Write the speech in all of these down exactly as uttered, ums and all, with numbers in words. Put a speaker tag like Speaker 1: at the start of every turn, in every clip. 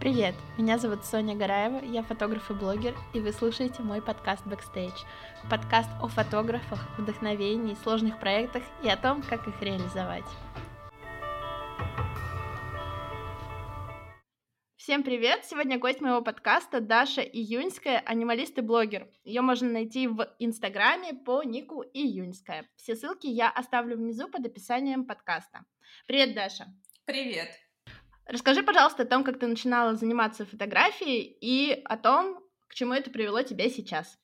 Speaker 1: Привет, меня зовут Соня Гараева, я фотограф и блогер, и вы слушаете мой подкаст «Бэкстейдж». Подкаст о фотографах, вдохновении, сложных проектах и о том, как их реализовать. Всем привет! Сегодня гость моего подкаста Даша Июньская, анималист и блогер. Ее можно найти в Инстаграме по нику Июньская. Все ссылки я оставлю внизу под описанием подкаста. Привет, Даша!
Speaker 2: Привет!
Speaker 1: Расскажи, пожалуйста, о том, как ты начинала заниматься фотографией и о том, к чему это привело тебя сейчас.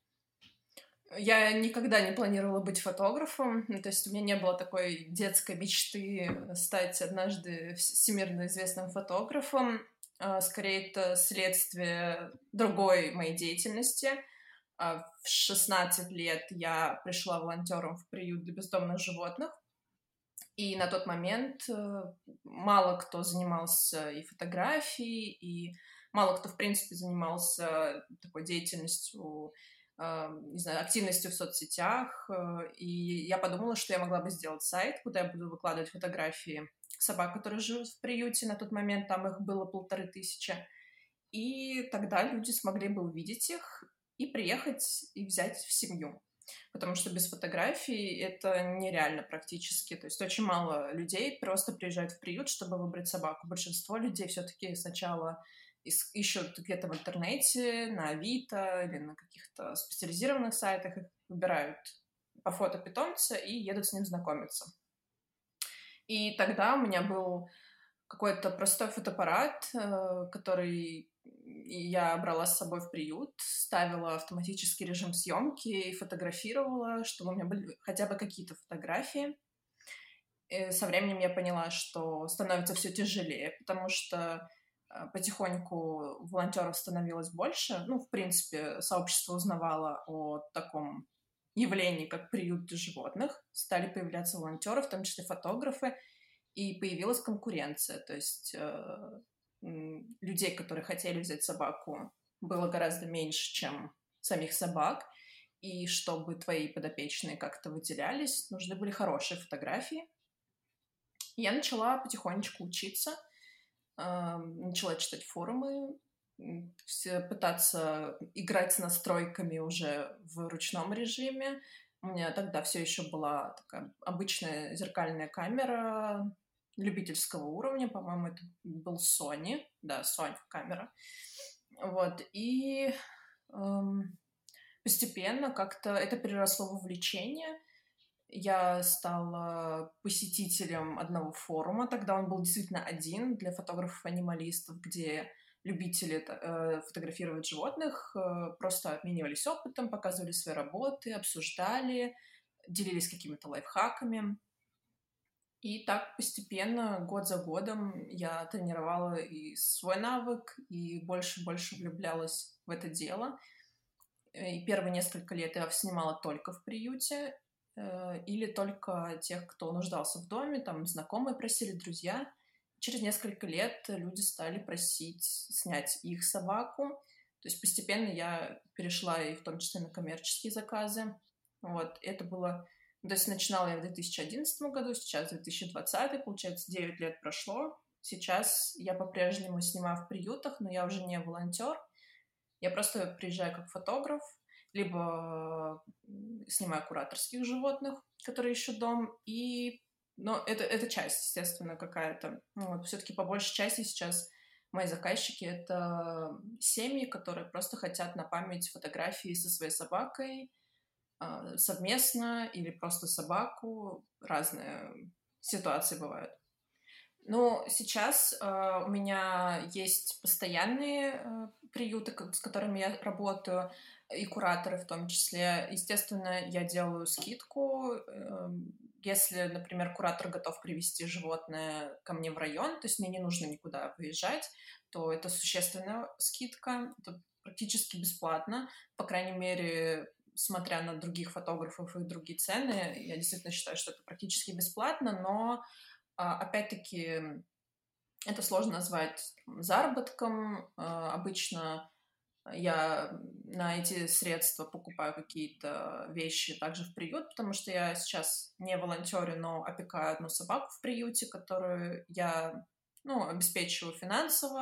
Speaker 2: Я никогда не планировала быть фотографом, то есть у меня не было такой детской мечты стать однажды всемирно известным фотографом. Скорее, это следствие другой моей деятельности. В шестнадцать лет я пришла волонтером в приют для бездомных животных, и на тот момент мало кто занимался и фотографией, и мало кто, в принципе, занимался такой деятельностью, не знаю, активностью в соцсетях, и я подумала, что я могла бы сделать сайт, куда я буду выкладывать фотографии собак, которые живут в приюте. На тот момент там их было полторы тысячи, и тогда люди смогли бы увидеть их и приехать и взять в семью. Потому что без фотографий это нереально практически. То есть очень мало людей просто приезжают в приют, чтобы выбрать собаку. Большинство людей все-таки сначала ищут где-то в интернете, на Авито или на каких-то специализированных сайтах, их выбирают по фото питомца и едут с ним знакомиться. И тогда у меня был какой-то простой фотоаппарат, который я брала с собой в приют, ставила автоматический режим съемки и фотографировала, чтобы у меня были хотя бы какие-то фотографии. И со временем я поняла, что становится все тяжелее, потому что потихоньку волонтеров становилось больше. Ну, в принципе, сообщество узнавало о таком явлении, как приют для животных. Стали появляться волонтеры, в том числе фотографы, и появилась конкуренция. То есть э, людей, которые хотели взять собаку, было гораздо меньше, чем самих собак. И чтобы твои подопечные как-то выделялись, нужны были хорошие фотографии. Я начала потихонечку учиться, начала читать форумы, пытаться играть с настройками уже в ручном режиме. У меня тогда все еще была такая обычная зеркальная камера любительского уровня, по-моему, это был Sony, да, Sony камера. Вот, и эм, постепенно как-то это переросло в увлечение. Я стала посетителем одного форума. Тогда он был действительно один для фотографов-анималистов, где любители э, фотографировать животных э, просто обменивались опытом, показывали свои работы, обсуждали, делились какими-то лайфхаками. И так постепенно, год за годом, я тренировала и свой навык, и больше и больше влюблялась в это дело. И первые несколько лет я снимала только в приюте, или только тех, кто нуждался в доме, там знакомые просили, друзья. Через несколько лет люди стали просить снять их собаку. То есть постепенно я перешла и в том числе на коммерческие заказы. Вот, это было... То есть начинала я в две тысячи одиннадцатом году, сейчас две тысячи двадцатый, получается, девять лет прошло. Сейчас я по-прежнему снимаю в приютах, но я уже не волонтер. Я просто приезжаю как фотограф, либо снимаю кураторских животных, которые ищут дом, и... Но это, это часть, естественно, какая-то. Вот. Все-таки по большей части сейчас мои заказчики — это семьи, которые просто хотят на память фотографии со своей собакой совместно или просто собаку. Разные ситуации бывают. Ну, сейчас э, у меня есть постоянные э, приюты, с которыми я работаю, и кураторы в том числе. Естественно, я делаю скидку. Э, если, например, куратор готов привезти животное ко мне в район, то есть мне не нужно никуда выезжать, то это существенная скидка. Это практически бесплатно. По крайней мере, смотря на других фотографов и другие цены, я действительно считаю, что это практически бесплатно, но опять-таки, это сложно назвать заработком. Обычно я на эти средства покупаю какие-то вещи также в приют, потому что я сейчас не волонтерю, но опекаю одну собаку в приюте, которую я, ну, обеспечиваю финансово,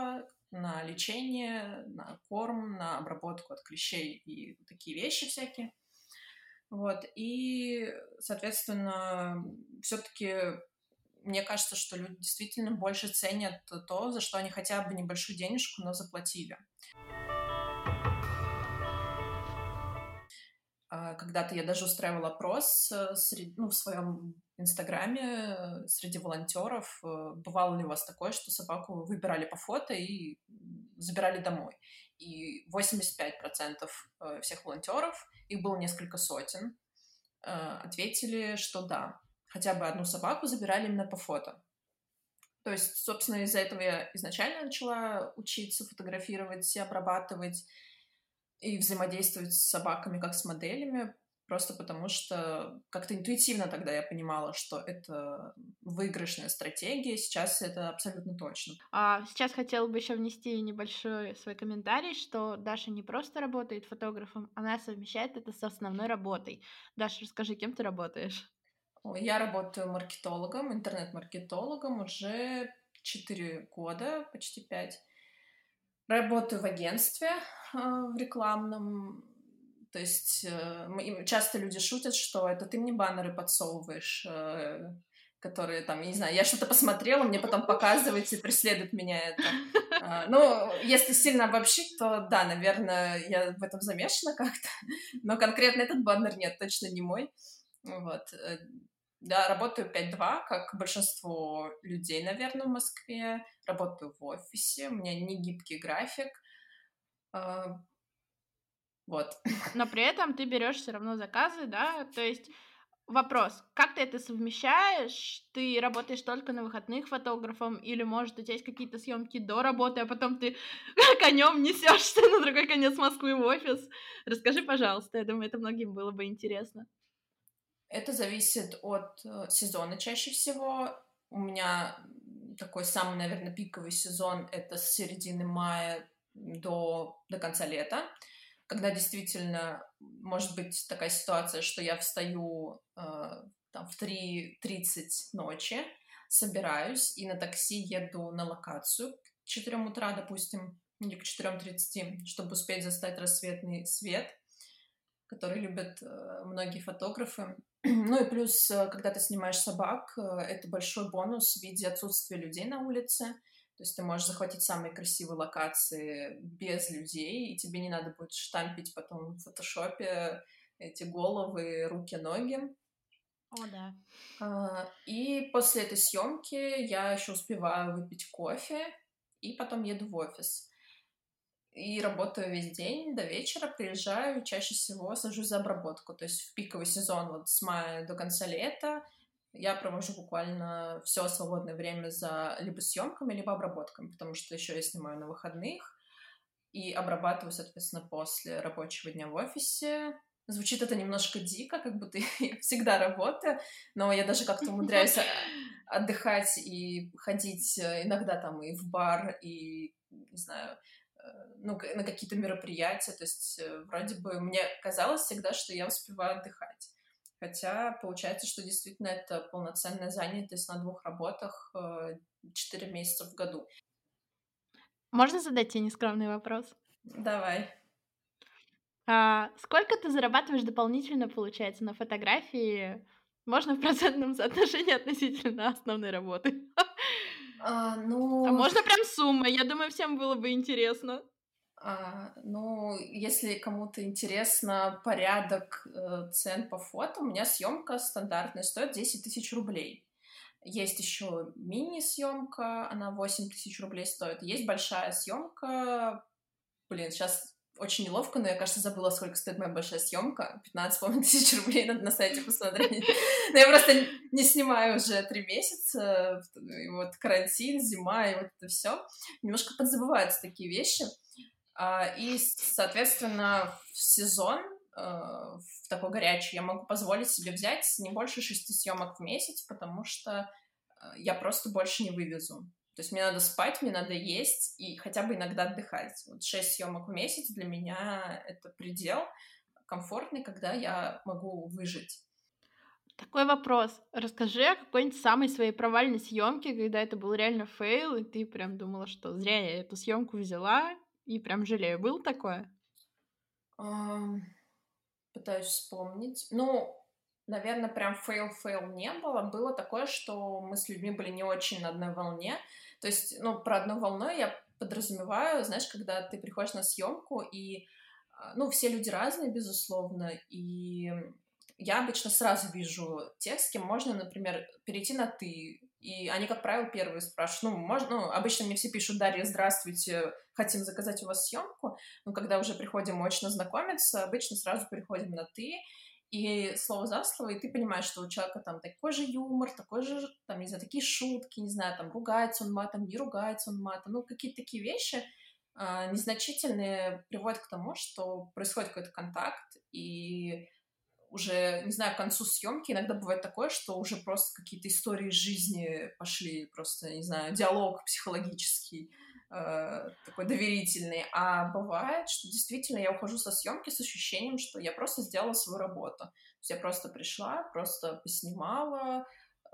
Speaker 2: на лечение, на корм, на обработку от клещей и такие вещи всякие. Вот, и, соответственно, все-таки мне кажется, что люди действительно больше ценят то, за что они хотя бы небольшую денежку, но заплатили. Когда-то я даже устраивала опрос среди, ну, в своем инстаграме среди волонтеров. Бывало ли у вас такое, что собаку выбирали по фото и забирали домой? И восемьдесят пять процентов всех волонтеров, их было несколько сотен, ответили, что да, хотя бы одну собаку забирали именно по фото. То есть, собственно, из-за этого я изначально начала учиться фотографировать, обрабатывать и взаимодействовать с собаками как с моделями, просто потому что как-то интуитивно тогда я понимала, что это выигрышная стратегия, сейчас это абсолютно точно.
Speaker 1: А сейчас хотела бы еще внести небольшой свой комментарий, что Даша не просто работает фотографом, она совмещает это с основной работой. Даша, расскажи, кем ты работаешь?
Speaker 2: Я работаю маркетологом, интернет-маркетологом уже четыре года, почти пять. Работаю в агентстве в рекламном. То есть часто люди шутят, что это ты мне баннеры подсовываешь, которые там, я не знаю, я что-то посмотрела, мне потом показываете, преследует меня это. Ну, если сильно обобщить, то да, наверное, я в этом замешана как-то, но конкретно этот баннер нет, точно не мой. Вот. Да, работаю пять два, как большинство людей, наверное, в Москве. Работаю в офисе, у меня не гибкий график. Вот.
Speaker 1: Но при этом ты берешь все равно заказы, да? То есть вопрос, как ты это совмещаешь? Ты работаешь только на выходных фотографом или, может, у тебя есть какие-то съемки до работы, а потом ты конем несешься на другой конец Москвы в офис? Расскажи, пожалуйста, я думаю, это многим было бы интересно.
Speaker 2: Это зависит от сезона чаще всего. У меня такой самый, наверное, пиковый сезон — это с середины мая до, до конца лета, когда действительно может быть такая ситуация, что я встаю э, там, в три тридцать ночи, собираюсь и на такси еду на локацию к четырем утра, допустим, или к четырем тридцати, чтобы успеть застать рассветный свет, который любят э, многие фотографы. Ну и плюс, когда ты снимаешь собак, это большой бонус в виде отсутствия людей на улице. То есть ты можешь захватить самые красивые локации без людей, и тебе не надо будет штампить потом в фотошопе эти головы, руки, ноги.
Speaker 1: О, да.
Speaker 2: И после этой съемки я еще успеваю выпить кофе, и потом еду в офис. И работаю весь день до вечера, приезжаю, чаще всего сажусь за обработку. То есть в пиковый сезон, вот с мая до конца лета, я провожу буквально все свободное время за либо съемками, либо обработками, потому что еще я снимаю на выходных и обрабатываю, соответственно, после рабочего дня в офисе. Звучит это немножко дико, как будто я всегда работаю, но я даже как-то умудряюсь отдыхать и ходить иногда там и в бар, и, не знаю, ну, на какие-то мероприятия. То есть вроде бы мне казалось всегда, что я успеваю отдыхать. Хотя получается, что действительно это полноценная занятость на двух работах четыре месяца в году.
Speaker 1: Можно задать тебе нескромный вопрос?
Speaker 2: Давай.
Speaker 1: А сколько ты зарабатываешь дополнительно, получается, на фотографии? Можно в процентном соотношении относительно основной работы.
Speaker 2: А,
Speaker 1: А
Speaker 2: ну,
Speaker 1: можно прям суммой, я думаю, всем было бы интересно.
Speaker 2: а, ну, если кому-то интересно порядок э, цен по фото, у меня съемка стандартная стоит десять тысяч рублей. Есть еще мини-съемка, она восемь тысяч рублей стоит. Есть большая съемка. Блин, сейчас очень неловко, но я, кажется, забыла, сколько стоит моя большая съемка. пятнадцать, по-моему, тысяч рублей, надо на сайте посмотреть. Но я просто не снимаю уже три месяца. И вот карантин, зима, и вот это все. Немножко подзабываются такие вещи. И, соответственно, в сезон, в такой горячий, я могу позволить себе взять не больше шести съемок в месяц, потому что я просто больше не вывезу. То есть мне надо спать, мне надо есть и хотя бы иногда отдыхать. Вот шесть съемок в месяц для меня — это предел комфортный, когда я могу выжить.
Speaker 1: Такой вопрос. Расскажи о какой-нибудь самой своей провальной съемке, когда это был реально фейл, и ты прям думала, что зря я эту съемку взяла, и прям жалею. Было такое?
Speaker 2: Ам, Пытаюсь вспомнить. Ну, наверное, прям фейл-фейл не было. Было такое, что мы с людьми были не очень на одной волне. То есть, ну, про одну волну я подразумеваю, знаешь, когда ты приходишь на съемку, и, а, ну, все люди разные, безусловно, и я обычно сразу вижу тех, с кем можно, например, перейти на «ты». И они, как правило, первые спрашивают. Ну, можно, ну, обычно мне все пишут: «Дарья, здравствуйте, хотим заказать у вас съемку». Но когда уже приходим очно знакомиться, обычно сразу переходим на «ты». И слово за слово, и ты понимаешь, что у человека там такой же юмор, такой же, там, не знаю, такие шутки, не знаю, там, ругается он матом, не ругается он матом. Ну, какие-то такие вещи а, незначительные приводят к тому, что происходит какой-то контакт, и уже, не знаю, к концу съемки иногда бывает такое, что уже просто какие-то истории жизни пошли, просто, не знаю, диалог психологический, э, такой доверительный. А бывает, что действительно я ухожу со съемки с ощущением, что я просто сделала свою работу. То есть я просто пришла, просто поснимала, э,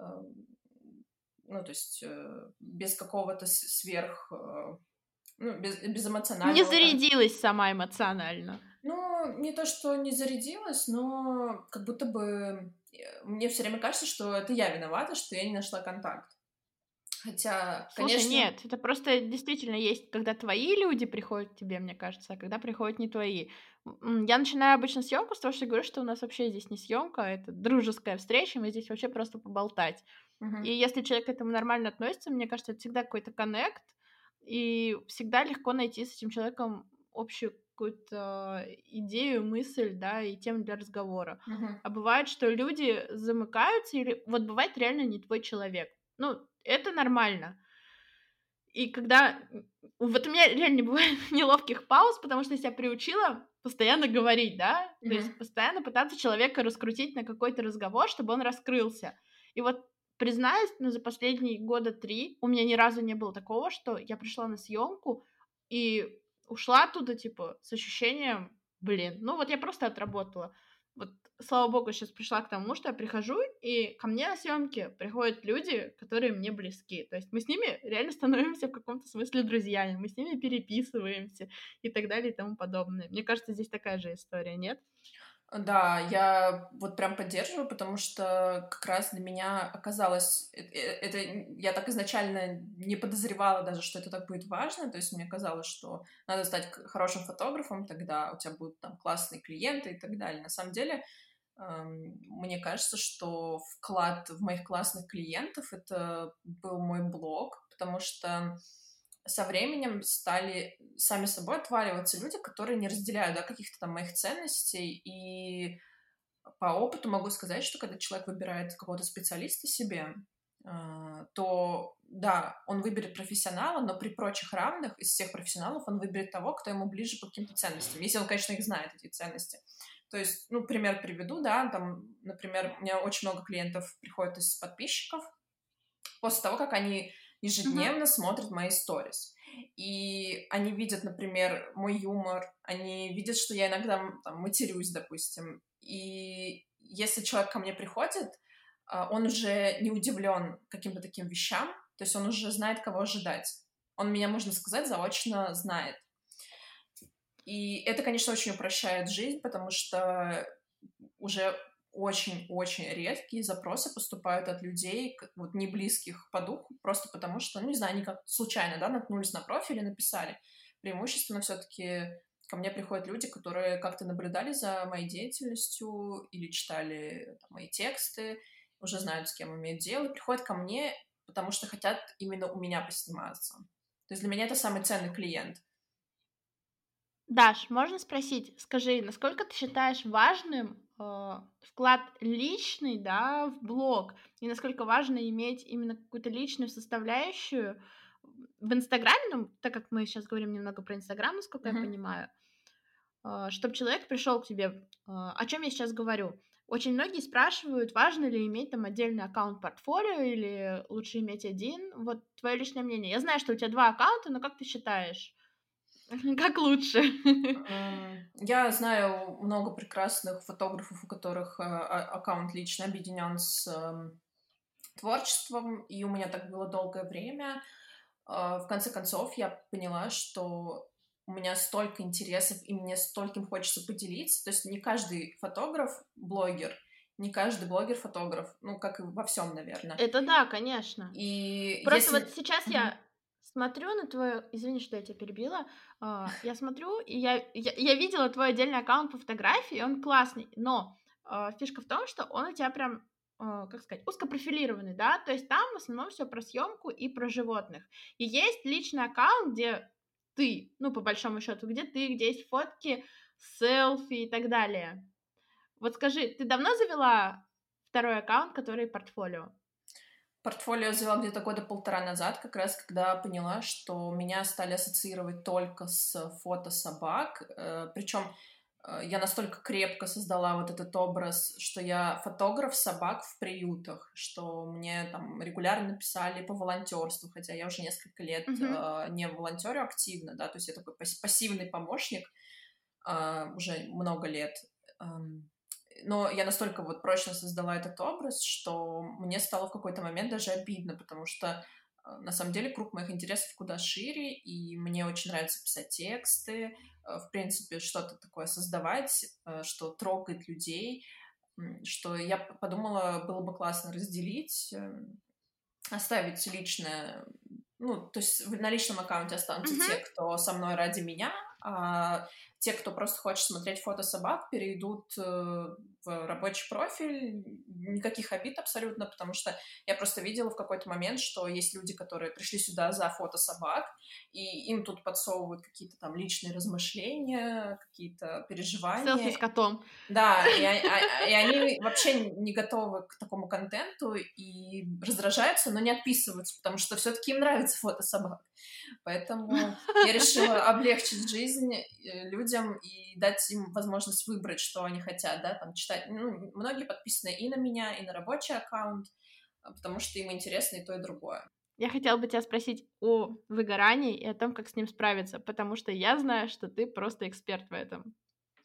Speaker 2: ну, то есть э, без какого-то с- сверх, э, ну, без, без
Speaker 1: Не
Speaker 2: эмоционального контакта.
Speaker 1: зарядилась сама эмоционально.
Speaker 2: Ну, не то, что не зарядилась, но как будто бы э, мне все время кажется, что это я виновата, что я не нашла контакт. Хотя,
Speaker 1: Слушай,
Speaker 2: конечно.
Speaker 1: нет, это просто действительно есть, когда твои люди приходят к тебе, мне кажется, а когда приходят не твои. М, Я начинаю обычно съемку с того, что говорю, что у нас вообще здесь не съемка, а это дружеская встреча, мы здесь вообще просто поболтать. И
Speaker 2: Мгм,
Speaker 1: если человек к этому нормально относится, мне кажется, это всегда какой-то коннект, и всегда легко найти с этим человеком общую какую-то идею, мысль, да, и тему для разговора.
Speaker 2: мгм,
Speaker 1: А бывает, что люди замыкаются, или вот бывает реально не твой человек. Ну, это нормально. И когда м, вот у меня реально не бывает неловких пауз, потому что я себя приучила постоянно говорить, да, то
Speaker 2: мгм,
Speaker 1: есть постоянно пытаться человека раскрутить на какой-то разговор, чтобы он раскрылся. И вот признаюсь, ну, за последние года три у меня ни разу не было такого, что я пришла на съемку и ушла оттуда, типа, с ощущением: "Блин, ну вот я просто отработала". Вот, слава богу, сейчас пришла к тому, что я прихожу, и ко мне на съемки приходят люди, которые мне близки. То есть мы с ними реально становимся в каком-то смысле друзьями, мы с ними переписываемся и так далее и тому подобное. Мне кажется, здесь такая же история, нет?
Speaker 2: Да, я вот прям поддерживаю, потому что как раз для меня оказалось, э- э- это н- я так изначально не подозревала даже, что это так будет важно, то есть мне казалось, что надо стать к- хорошим фотографом, тогда у тебя будут там классные клиенты и так далее. На самом деле, эм, мне кажется, что вклад в моих классных клиентов — это был мой блог, потому что со временем стали сами собой отваливаться люди, которые не разделяют, да, каких-то там моих ценностей. И по опыту могу сказать, что когда человек выбирает какого-то специалиста себе, а, то да, он выберет профессионала, но при прочих равных из всех профессионалов он выберет того, кто ему ближе по каким-то ценностям, если он, конечно, их знает, эти ценности. То есть, ну, пример приведу, да, там, например, у меня очень много клиентов приходит из подписчиков, после того, как они
Speaker 1: Мгм.
Speaker 2: ежедневно смотрят мои сторис. И они видят, например, мой юмор, они видят, что я иногда там, матерюсь, допустим. И если человек ко мне приходит, а, он уже не удивлен каким-то таким вещам, то есть он уже знает, кого ожидать. Он меня, можно сказать, заочно знает. И это, конечно, очень упрощает жизнь, потому что уже очень-очень редкие запросы поступают от людей, как вот не близких по духу, просто потому что, ну, не знаю, они как случайно, да, наткнулись на профиль и написали. Преимущественно все-таки ко мне приходят люди, которые как-то наблюдали за моей деятельностью или читали там, мои тексты, уже знают, с кем имеют дело, и приходят ко мне, потому что хотят именно у меня посниматься. То есть для меня это самый ценный клиент.
Speaker 1: Даш, можно спросить, скажи, насколько ты считаешь важным э, вклад личный, да, в блог, и насколько важно иметь именно какую-то личную составляющую в Инстаграме, ну, так как мы сейчас говорим немного про Инстаграм, насколько я
Speaker 2: Мгм.
Speaker 1: понимаю, чтобы человек пришел к тебе. А, О чем я сейчас говорю? Очень многие спрашивают, важно ли иметь там отдельный аккаунт портфолио или лучше иметь один. Вот твое личное мнение. Я знаю, что у тебя два аккаунта, но как ты считаешь? Как лучше?
Speaker 2: М, Я знаю много прекрасных фотографов, у которых э, а- аккаунт лично объединен с эм, творчеством, и у меня так было долгое время. А, В конце концов, я поняла, что у меня столько интересов, и мне стольким хочется поделиться. То есть не каждый фотограф блогер, не каждый блогер фотограф, ну, как и во всем, наверное.
Speaker 1: Это да, конечно.
Speaker 2: И
Speaker 1: Просто вот
Speaker 2: если...
Speaker 1: сейчас
Speaker 2: Мгм.
Speaker 1: я смотрю на твою извини, что я тебя перебила. А, я смотрю, и я я я видела твой отдельный аккаунт по фотографии, и он классный. Но, а, фишка в том, что он у тебя прям, а, как сказать, узкопрофилированный, да. То есть там в основном все про съемку и про животных. И есть личный аккаунт, где ты, ну, по большому счету, где ты, где есть фотки, селфи и так далее. Вот скажи, ты давно завела второй аккаунт, который портфолио?
Speaker 2: Портфолио завела где-то года полтора назад, как раз когда поняла, что меня стали ассоциировать только с фото собак. Причем я настолько крепко создала вот этот образ, что я фотограф собак в приютах, что мне там регулярно писали по волонтерству, хотя я уже несколько лет
Speaker 1: Мгм.
Speaker 2: э, не волонтерю активно, да, то есть я такой пас- пассивный помощник а, уже много лет. Ам, Но я настолько вот прочно создала этот образ, что мне стало в какой-то момент даже обидно, потому что а, на самом деле круг моих интересов куда шире, и мне очень нравится писать тексты, а, в принципе, что-то такое создавать, а, что трогает людей, м, что я п- подумала, было бы классно разделить, эм, оставить личное, ну, то есть в- на личном аккаунте останутся
Speaker 1: Мгм.
Speaker 2: те, кто со мной ради меня, а те, кто просто хочет смотреть фото собак, перейдут э, в рабочий профиль. Никаких обид абсолютно, потому что я просто видела в какой-то момент, что есть люди, которые пришли сюда за фото собак, и им тут подсовывают какие-то там личные размышления, какие-то
Speaker 1: Селфи
Speaker 2: переживания.
Speaker 1: с котом.
Speaker 2: Да, и, а- а- и они вообще не готовы к такому контенту и раздражаются, но не отписываются, потому что все-таки им нравится фото собак. Поэтому я решила облегчить жизнь э, людям и дать им возможность выбрать, что они хотят, да, там читать. Ну, многие подписаны и на меня, и на рабочий аккаунт, а, потому что им интересно и то, и другое.
Speaker 1: Я хотела бы тебя спросить о выгорании и о том, как с ним справиться, потому что я знаю, что ты просто эксперт в этом.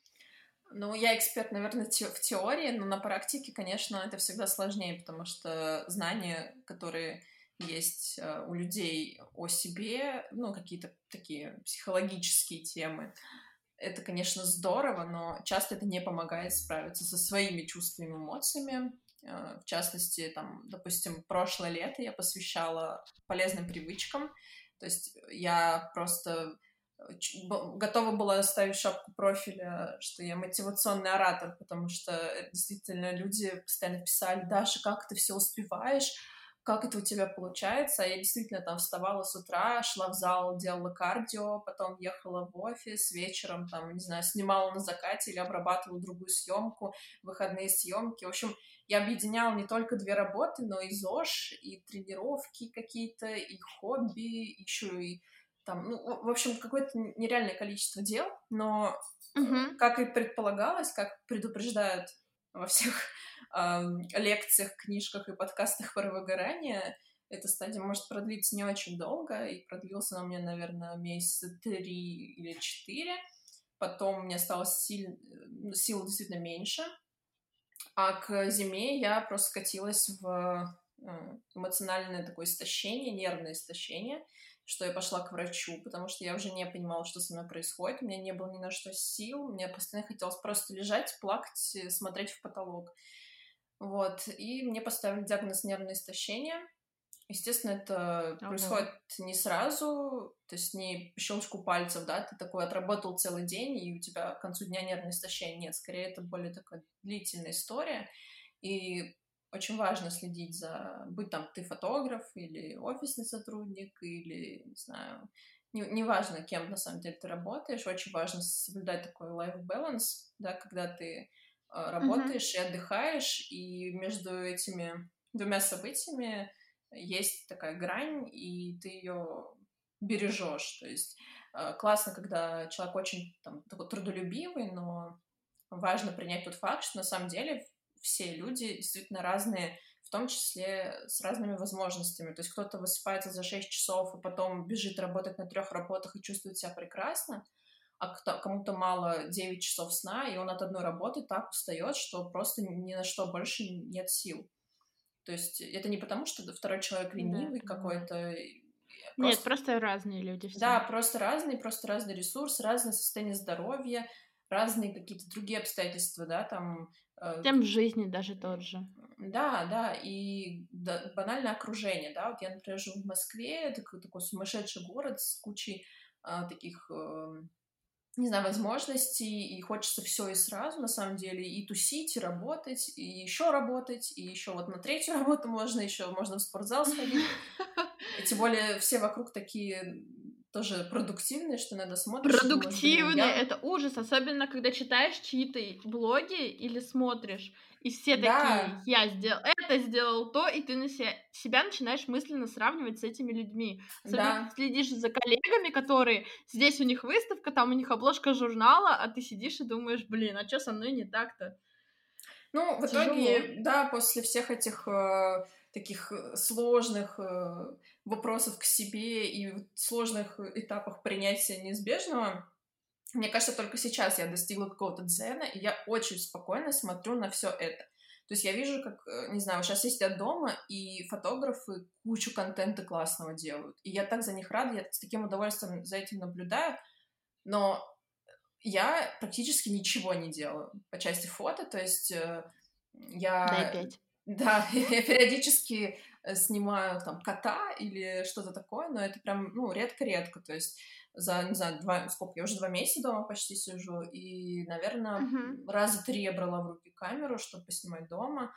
Speaker 2: Ну, я эксперт, наверное, те- в теории, но на практике, конечно, это всегда сложнее, потому что знания, которые есть э, у людей о себе, ну, какие-то такие психологические темы, это, конечно, здорово, но часто это не помогает справиться со своими чувствами, эмоциями. Э, В частности, там, допустим, прошлое лето я посвящала полезным привычкам. То есть я просто э, ч- б- готова была ставить шапку профиля, что я мотивационный оратор, потому что э, действительно люди постоянно писали: Даша, как ты все успеваешь? Как это у тебя получается? А я действительно там вставала с утра, шла в зал, делала кардио, потом ехала в офис, вечером там, не знаю, снимала на закате или обрабатывала другую съемку, выходные съемки. В общем, я объединяла не только две работы, но и ЗОЖ, и тренировки какие-то, и хобби, еще и там, ну, в в общем, какое-то нереальное количество дел, но, э,
Speaker 1: Мгм.
Speaker 2: как и предполагалось, как предупреждают во всех ам, лекциях, книжках и подкастах про выгорание, эта стадия может продлиться не очень долго, и продлился она у меня, наверное, месяца три или четыре. Потом мне стало сил, э, сил действительно меньше, а к зиме я просто скатилась в э, эмоциональное такое истощение, нервное истощение, что я пошла к врачу, потому что я уже не понимала, что со мной происходит, у меня не было ни на что сил, мне постоянно хотелось просто лежать, плакать, э, смотреть в потолок. Вот, и мне поставили диагноз нервное истощение. Естественно, это
Speaker 1: Ого.
Speaker 2: происходит не сразу, то есть не по щелчку пальцев, да, ты такой отработал целый день, и у тебя к концу дня нервное истощение. Нет, скорее это более такая длительная история, и очень важно следить за, будь там ты фотограф или офисный сотрудник, или, не знаю, не, неважно, кем на самом деле ты работаешь, очень важно соблюдать такой life balance, да, когда ты э,
Speaker 1: Мгм.
Speaker 2: работаешь и отдыхаешь, и между этими двумя событиями есть такая грань, и ты ее бережешь. То есть э, классно, когда человек очень там, такой трудолюбивый, но важно принять тот факт, что на самом деле все люди действительно разные в в том числе с разными возможностями. То есть кто-то высыпается за шесть часов и потом бежит работать на трех работах и чувствует себя прекрасно, а кто, кому-то мало девять часов сна, и он от одной работы так устает, что просто ни на что больше нет сил. То есть это не потому, что второй человек
Speaker 1: Да,
Speaker 2: ленивый
Speaker 1: понимаю.
Speaker 2: какой-то,
Speaker 1: Нет,
Speaker 2: просто,
Speaker 1: просто разные люди
Speaker 2: да,
Speaker 1: все.
Speaker 2: просто разный, просто разный ресурс, разное состояние здоровья, разные какие-то другие обстоятельства, да, там, э,
Speaker 1: Темп жизни даже тот же.
Speaker 2: да, да, и да, банальное окружение, да, вот я, например, живу в Москве, это такой, такой сумасшедший город с кучей а, таких, э, не знаю, возможностей, и хочется все и сразу, на самом деле, и тусить, и работать, и еще работать, и еще вот на третью работу можно, еще можно в спортзал сходить, и тем более все вокруг такие тоже продуктивные, что иногда смотришь и думаешь, блин,
Speaker 1: Продуктивный —
Speaker 2: я...
Speaker 1: это ужас, особенно когда читаешь чьи-то блоги или смотришь, и все такие:
Speaker 2: Да,
Speaker 1: "Я сделал это, сделал то", и ты на се себя начинаешь мысленно сравнивать с этими людьми. Особенно ты
Speaker 2: да.
Speaker 1: следишь за коллегами, которые здесь у них выставка, там у них обложка журнала, а ты сидишь и думаешь: "Блин, а чё со мной не так-то?"
Speaker 2: Ну, в
Speaker 1: Тяжело.
Speaker 2: итоге, да, после всех этих э, таких э, сложных э, вопросов к себе и вот сложных этапах принятия неизбежного, мне кажется, только сейчас я достигла какого-то дзена, и я очень спокойно смотрю на все это. То есть я вижу, как, э, не знаю, сейчас сидят дома, и фотографы кучу контента классного делают. И я так за них рада, я с таким удовольствием за этим наблюдаю. Но я практически ничего не делаю по части фото, то есть э,
Speaker 1: Дай
Speaker 2: я,
Speaker 1: пять.
Speaker 2: да, я периодически э, снимаю там кота или что-то такое, но это прям, ну, редко-редко, то есть за, не знаю, два, сколько, я уже два месяца дома почти сижу, и, наверное,
Speaker 1: Мгм.
Speaker 2: раза три я брала в руки камеру, чтобы поснимать дома.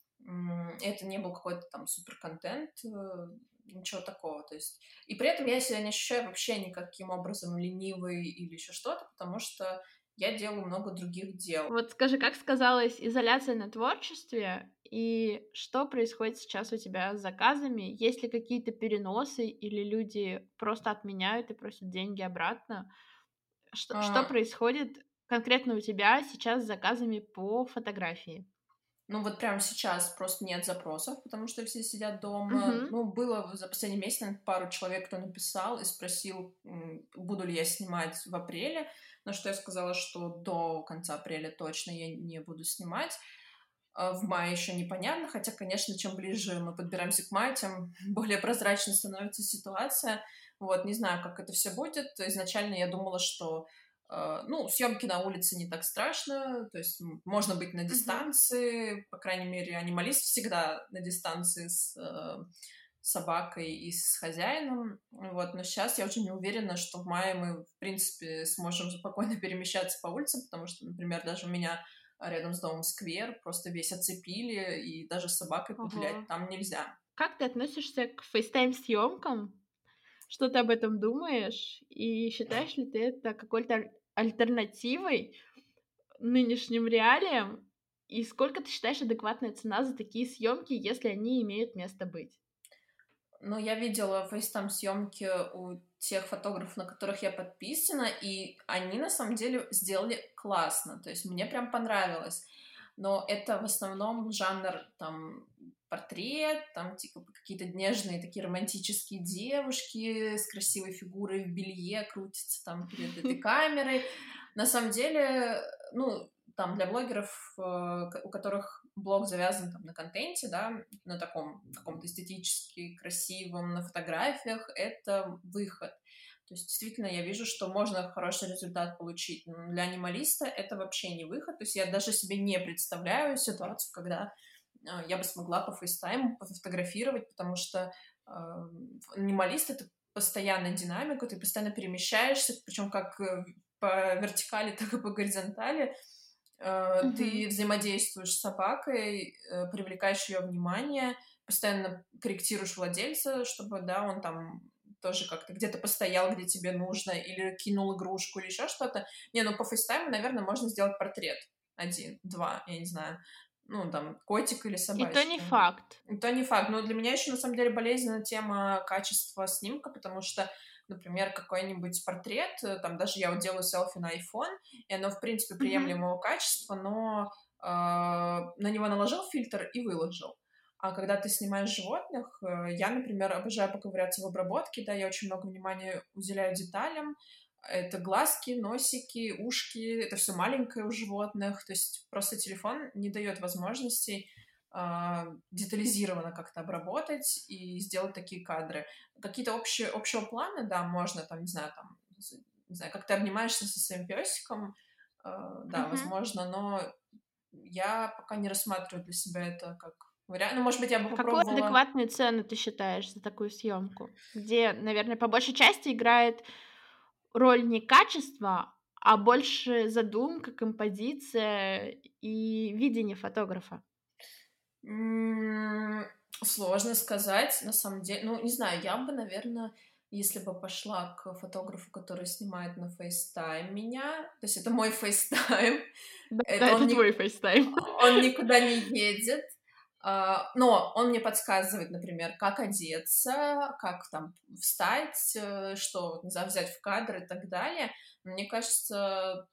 Speaker 2: М, Это не был какой-то там супер контент, э, ничего такого, то есть и при этом я себя не ощущаю вообще никаким образом ленивой или еще что-то, потому что я делаю много других дел.
Speaker 1: Вот скажи, как сказалась изоляция на творчестве, и что происходит сейчас у тебя с заказами? Есть ли какие-то переносы или люди просто отменяют и просят деньги обратно? Что, что
Speaker 2: А,
Speaker 1: происходит конкретно у тебя сейчас с заказами по фотографии?
Speaker 2: Ну вот прямо сейчас просто нет запросов, потому что все сидят дома.
Speaker 1: Мгм.
Speaker 2: Ну, было за последний месяц, наверное, пару человек, кто написал и спросил, м, буду ли я снимать в апреле, на что я сказала, что до конца апреля точно я не буду снимать. А в мае еще непонятно, хотя, конечно, чем ближе мы подбираемся к маю, тем более прозрачной становится ситуация. Вот, не знаю, как это все будет. Изначально я думала, что э, ну, съемки на улице не так страшно, то есть м, можно быть на
Speaker 1: Мгм.
Speaker 2: дистанции, по крайней мере, анималист всегда на дистанции с э, собакой и с хозяином, вот, но сейчас я уже не уверена, что в мае мы, в принципе, сможем спокойно перемещаться по улицам, потому что, например, даже у меня рядом с домом сквер, просто весь оцепили, и даже с собакой погулять
Speaker 1: Ого.
Speaker 2: там нельзя.
Speaker 1: Как ты относишься к фейстайм-съемкам? Что ты об этом думаешь? И считаешь ли ты это какой-то аль- альтернативой нынешним реалиям? И сколько ты считаешь адекватная цена за такие съемки, если они имеют место быть?
Speaker 2: Но я видела фейстайм съемки у тех фотографов, на которых я подписана, и они на самом деле сделали классно, то есть мне прям понравилось. Но это в основном жанр там портрет, там типа какие-то нежные такие романтические девушки с красивой фигурой в белье крутятся там перед этой камерой. На самом деле, ну, там для блогеров, э, к- у которых блог завязан там на контенте, да, на таком каком-то эстетически красивом, на фотографиях, это выход. То есть, действительно, я вижу, что можно хороший результат получить. Но для анималиста это вообще не выход. То есть я даже себе не представляю ситуацию, когда э, я бы смогла по фейстайму пофотографировать, потому что э, анималист — это постоянная динамика, ты постоянно перемещаешься, причем как э, по вертикали, так и по горизонтали. Э,
Speaker 1: Мгм.
Speaker 2: ты взаимодействуешь с собакой, э, привлекаешь ее внимание, постоянно корректируешь владельца, чтобы, да, он там тоже как-то где-то постоял, где тебе нужно, или кинул игрушку, или еще что-то. Не, ну по фейстайму, наверное, можно сделать портрет. Один, два, я не знаю. Ну, там, котик или
Speaker 1: И то не
Speaker 2: собачка.
Speaker 1: факт.
Speaker 2: Это не факт. Но для меня еще, на самом деле, болезненна тема качества снимка, потому что, например, какой-нибудь портрет, э, там даже я вот делаю селфи на iPhone, и оно, в принципе,
Speaker 1: Мгм.
Speaker 2: приемлемого качества, но э, на него наложил фильтр и выложил. А когда ты снимаешь животных, э, я, например, обожаю поковыряться в обработке, да, я очень много внимания уделяю деталям. Это глазки, носики, ушки, это все маленькое у животных. То есть просто телефон не дает возможностей а, детализированно как-то обработать и сделать такие кадры. Какие-то общие, общего плана, да, можно, там, не знаю, там, не знаю, как ты обнимаешься со своим песиком, да,
Speaker 1: Мгм.
Speaker 2: возможно, но я пока не рассматриваю для себя это как вариант. Ну, может быть, я бы
Speaker 1: А какую
Speaker 2: попробовала.
Speaker 1: адекватную цену ты считаешь за такую съемку? Где, наверное, по большей части играет роль не качество, а больше задумка, композиция и видение фотографа?
Speaker 2: М, Сложно сказать, на самом деле. Ну, не знаю, я бы, наверное, если бы пошла к фотографу, который снимает на FaceTime меня, то есть это мой FaceTime,
Speaker 1: Да, да,
Speaker 2: это он,
Speaker 1: это
Speaker 2: ни-
Speaker 1: твой фейстайм.
Speaker 2: он никуда не едет, а, но он мне подсказывает, например, как одеться, как там встать, э, что, не знаю, взять в кадр и так далее. Мне кажется,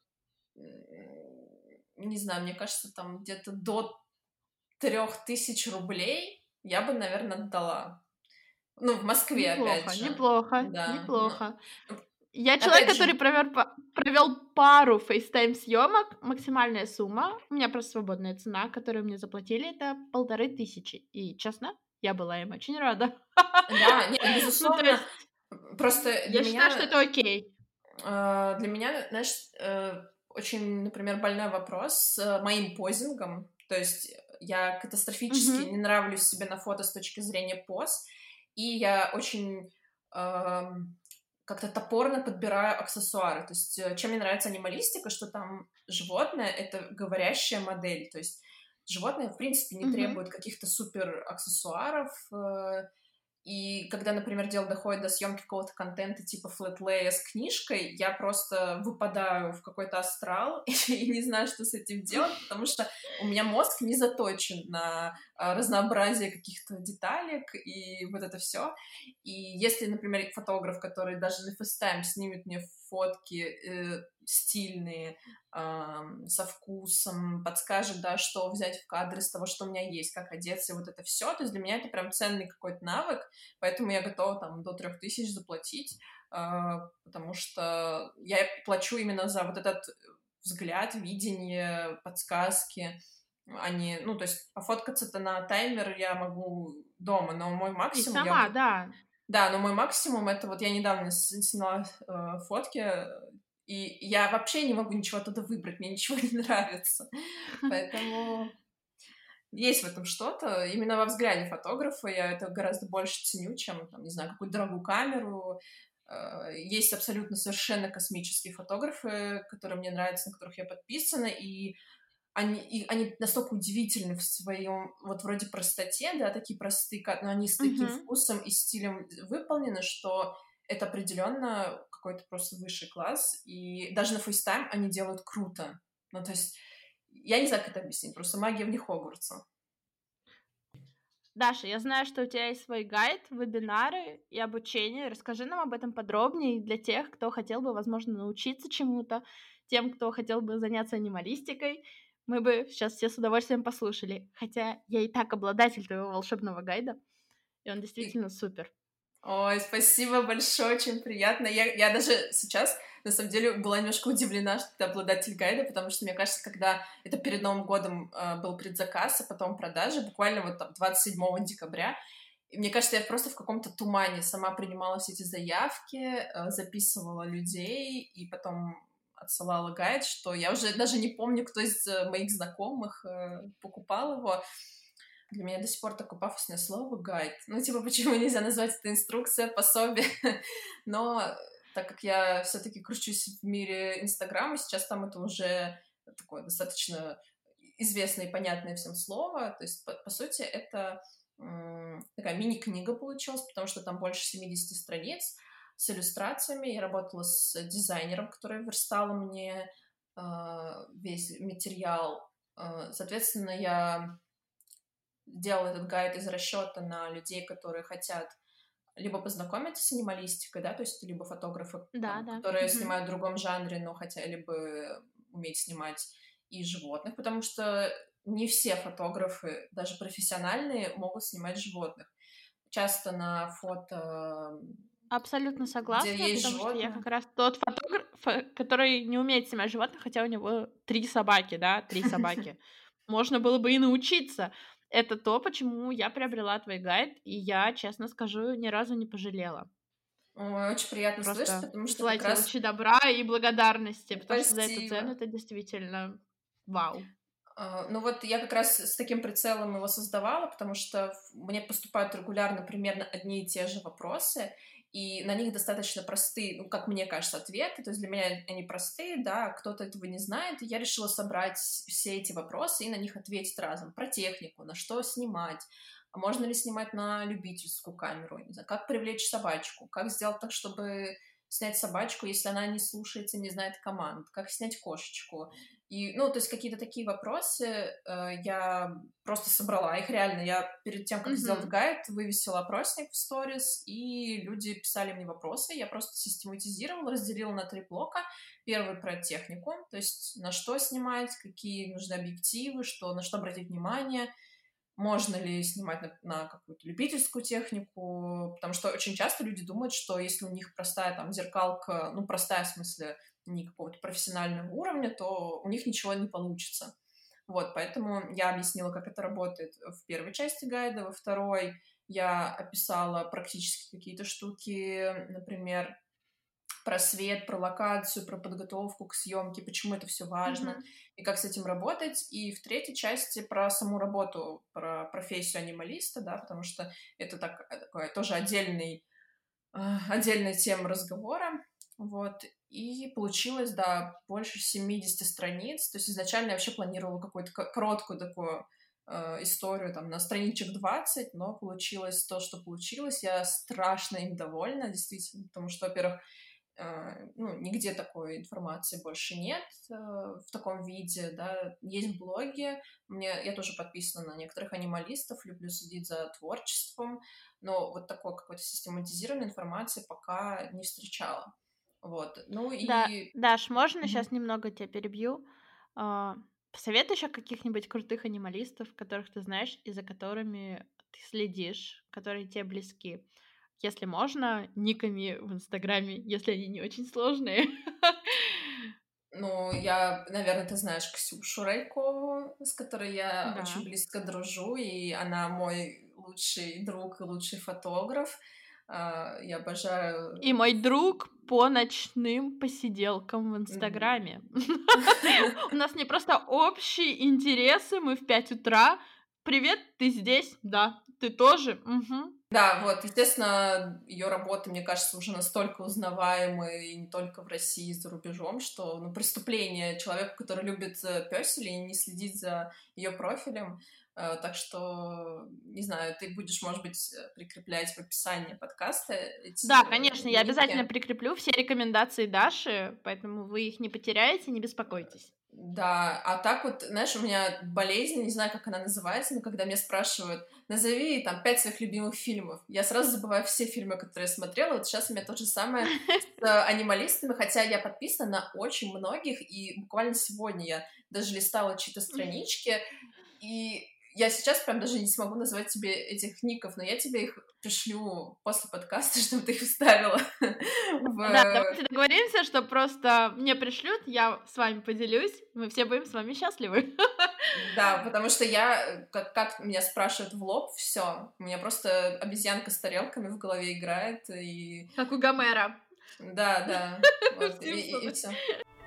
Speaker 2: м, не знаю, мне кажется, там где-то до трех тысяч рублей я бы, наверное, отдала. Ну, в Москве, опять
Speaker 1: Неплохо,
Speaker 2: же.
Speaker 1: неплохо,
Speaker 2: Да, ну,
Speaker 1: неплохо. Я человек,
Speaker 2: опять же,
Speaker 1: который провер па провёл пару фейстайм-съёмок. Максимальная сумма, у меня просто свободная цена, которую мне заплатили, это полторы тысячи. И, честно, я была им очень рада.
Speaker 2: да, нет,
Speaker 1: Ну, то
Speaker 2: безусловно,
Speaker 1: есть,
Speaker 2: просто для
Speaker 1: я считаю, что
Speaker 2: меня,
Speaker 1: это окей.
Speaker 2: э, для меня, знаешь, э, очень, например, больной вопрос с э, моим позингом. То есть я катастрофически
Speaker 1: Мгм,
Speaker 2: не нравлюсь себе на фото с точки зрения поз, и я очень эм, как-то топорно подбираю аксессуары. То есть э, чем мне нравится анималистика, что там животное — это говорящая модель. То есть животное, в принципе, не
Speaker 1: мгм.
Speaker 2: требует каких-то супер аксессуаров, э, и когда, например, дело доходит до съемки какого-то контента типа флетлея с книжкой, я просто выпадаю в какой-то астрал и не знаю, что с этим делать, потому что у меня мозг не заточен на а, разнообразие каких-то деталек и вот это все. И если, например, фотограф, который даже на FaceTime снимет мне фотки э, стильные, ам, со вкусом, подскажет, да, что взять в кадр из того, что у меня есть, как одеться, и вот это все. То есть для меня это прям ценный какой-то навык, поэтому я готова там до трех тысяч заплатить, а, потому что я плачу именно за вот этот взгляд, видение, подсказки, а не, ну, то есть пофоткаться-то на таймер я могу дома, но мой
Speaker 1: И
Speaker 2: максимум, я
Speaker 1: сама,
Speaker 2: вот,
Speaker 1: да.
Speaker 2: да, но мой максимум это вот я недавно с- сняла э, фотки, и я вообще не могу ничего оттуда выбрать, мне ничего не нравится, поэтому есть в этом что-то. Именно во взгляде фотографа я это гораздо больше ценю, чем, там, не знаю, какую-то дорогую камеру. Э, Есть абсолютно совершенно космические фотографы, которые мне нравятся, на которых я подписана, и они, и они настолько удивительны в своем, вот вроде простоте, да, такие простые, ка- но они с таким
Speaker 1: Мгм.
Speaker 2: вкусом и стилем выполнены, что это определенно какой-то просто высший класс. И даже на FaceTime они делают круто. Ну, то есть, я не знаю, как это объяснить, просто магия вне Хогвартса.
Speaker 1: Даша, я знаю, что у тебя есть свой гайд, вебинары и обучение. Расскажи нам об этом подробнее для тех, кто хотел бы, возможно, научиться чему-то, тем, кто хотел бы заняться анималистикой. Мы бы сейчас все с удовольствием послушали. Хотя я и так обладатель твоего волшебного гайда, и он
Speaker 2: И
Speaker 1: действительно супер.
Speaker 2: Ой, спасибо большое, очень приятно. Я, я даже сейчас, на самом деле, была немножко удивлена, что ты обладатель гайда, потому что, мне кажется, когда это перед Новым годом э, был предзаказ, а потом продажи, буквально вот там двадцать седьмого декабря, и мне кажется, я просто в каком-то тумане сама принимала все эти заявки, э, записывала людей и потом отсылала гайд, что я уже даже не помню, кто из э, моих знакомых э, покупал его. Для меня до сих пор такое пафосное слово гайд. Ну, типа, почему нельзя назвать это инструкция, пособие? Но так как я все-таки кручусь в мире Инстаграма, сейчас там это уже такое достаточно известное и понятное всем слово. То есть, по, по сути, это м, такая мини-книга получилась, потому что там больше семидесяти страниц с иллюстрациями. Я работала с дизайнером, который верстала мне э, весь материал. Э, соответственно, я делал этот гайд из расчета на людей, которые хотят либо познакомиться с анималистикой, да, то есть либо фотографы,
Speaker 1: Да,
Speaker 2: там,
Speaker 1: да.
Speaker 2: которые
Speaker 1: Мгм.
Speaker 2: снимают в другом жанре, но хотели бы уметь снимать и животных, потому что не все фотографы, даже профессиональные, могут снимать животных. Часто на фото,
Speaker 1: Абсолютно
Speaker 2: где
Speaker 1: согласна,
Speaker 2: есть
Speaker 1: потому что я
Speaker 2: животные.
Speaker 1: как раз тот фотограф, э, который не умеет снимать животных, хотя у него три собаки, да, три собаки. Можно было бы и научиться. Это то, почему я приобрела твой гайд, и я, честно скажу, ни разу не пожалела.
Speaker 2: Ой, очень приятно слышать,
Speaker 1: Просто
Speaker 2: потому что
Speaker 1: посылаю
Speaker 2: как
Speaker 1: тебе
Speaker 2: раз
Speaker 1: лучи добра и благодарности, потому что за эту цену
Speaker 2: спасибо.
Speaker 1: это действительно вау.
Speaker 2: А, ну вот я как раз с таким прицелом его создавала, потому что в- мне поступают регулярно примерно одни и те же вопросы, и на них достаточно простые, ну, как мне кажется, ответы. То есть для меня они простые, да, кто-то этого не знает, и я решила собрать все эти вопросы и на них ответить разом. Про технику, на что снимать, а можно ли снимать на любительскую камеру, не знаю, как привлечь собачку, как сделать так, чтобы снять собачку, если она не слушается, не знает команд, как снять кошечку, и, ну, то есть какие-то такие вопросы э, я просто собрала. Их реально я перед тем, как сделать
Speaker 1: Мгм.
Speaker 2: гайд, вывесила опросник в сторис, и люди писали мне вопросы. Я просто систематизировала, разделила на три блока. Первый про технику, то есть на что снимать, какие нужны объективы, что, на что обратить внимание, можно ли снимать на, на какую-то любительскую технику, потому что очень часто люди думают, что если у них простая там зеркалка, ну, простая в смысле не какого-то профессионального уровня, то у них ничего не получится. Вот, поэтому я объяснила, как это работает в первой части гайда, во второй я описала практически какие-то штуки, например, про свет, про локацию, про подготовку к съемке, почему это все важно
Speaker 1: Мгм.
Speaker 2: и как с этим работать. И в третьей части про саму работу, про профессию анималиста, да, потому что это так, э, такое тоже отдельный, а, отдельная тема разговора. Вот. И получилось, да, больше семидесяти страниц. То есть изначально я вообще планировала какую-то ко- короткую такую э, историю там на страничек двадцать, но получилось то, что получилось. Я страшно им довольна, действительно, потому что, во-первых, э, ну, нигде такой информации больше нет э, в таком виде, да, есть блоги, мне, я тоже подписана на некоторых анималистов, люблю следить за творчеством, но вот такой какой-то систематизированной информации пока не встречала, вот, ну
Speaker 1: Да,
Speaker 2: и...
Speaker 1: Даш, можно
Speaker 2: Мгм.
Speaker 1: сейчас немного тебя перебью? А, Посоветуй еще каких-нибудь крутых анималистов, которых ты знаешь и за которыми ты следишь, которые тебе близки. Если можно, никами в Инстаграме, если они не очень сложные.
Speaker 2: Ну, я, наверное, ты знаешь Ксюшу Райкову, с которой я очень
Speaker 1: Да.
Speaker 2: близко дружу, и она мой лучший друг и лучший фотограф. А, Я
Speaker 1: И
Speaker 2: обожаю...
Speaker 1: мой друг по ночным посиделкам в
Speaker 2: м,
Speaker 1: Инстаграме. У нас не просто общие интересы, мы в пять утра. Привет, ты здесь? Да. Ты тоже? Мгм.
Speaker 2: Да, вот, естественно, ее работы, мне кажется, уже настолько узнаваемы и не только в России, и за рубежом, что, ну, преступление человеку, который любит пёселей, не следить за ее профилем. Э, Так что, не знаю, ты будешь, может быть, э, прикреплять в описании подкаста
Speaker 1: Да,
Speaker 2: эти
Speaker 1: конечно, я обязательно
Speaker 2: линки.
Speaker 1: прикреплю все рекомендации Даши, поэтому вы их не потеряете, не беспокойтесь.
Speaker 2: Да, а так вот, знаешь, у меня болезнь, не знаю, как она называется, но когда меня спрашивают, назови там пять своих любимых фильмов, я сразу забываю все фильмы, которые я смотрела. Вот сейчас у меня то же самое с э, анималистами, хотя я подписана на очень многих, и буквально сегодня я даже листала чьи-то странички, и я сейчас прям даже не смогу назвать тебе этих ников, но я тебе их пришлю после подкаста, чтобы ты их вставила
Speaker 1: Да,
Speaker 2: в...
Speaker 1: давайте договоримся, что просто мне пришлют, я с вами поделюсь, мы все будем с вами счастливы.
Speaker 2: Да, потому что я, э, как, как меня спрашивают в лоб, все, у меня просто обезьянка с тарелками в голове играет, и
Speaker 1: Как у Гомера.
Speaker 2: да, да, вот,
Speaker 1: В
Speaker 2: и, и,
Speaker 1: Симпсонах.
Speaker 2: все.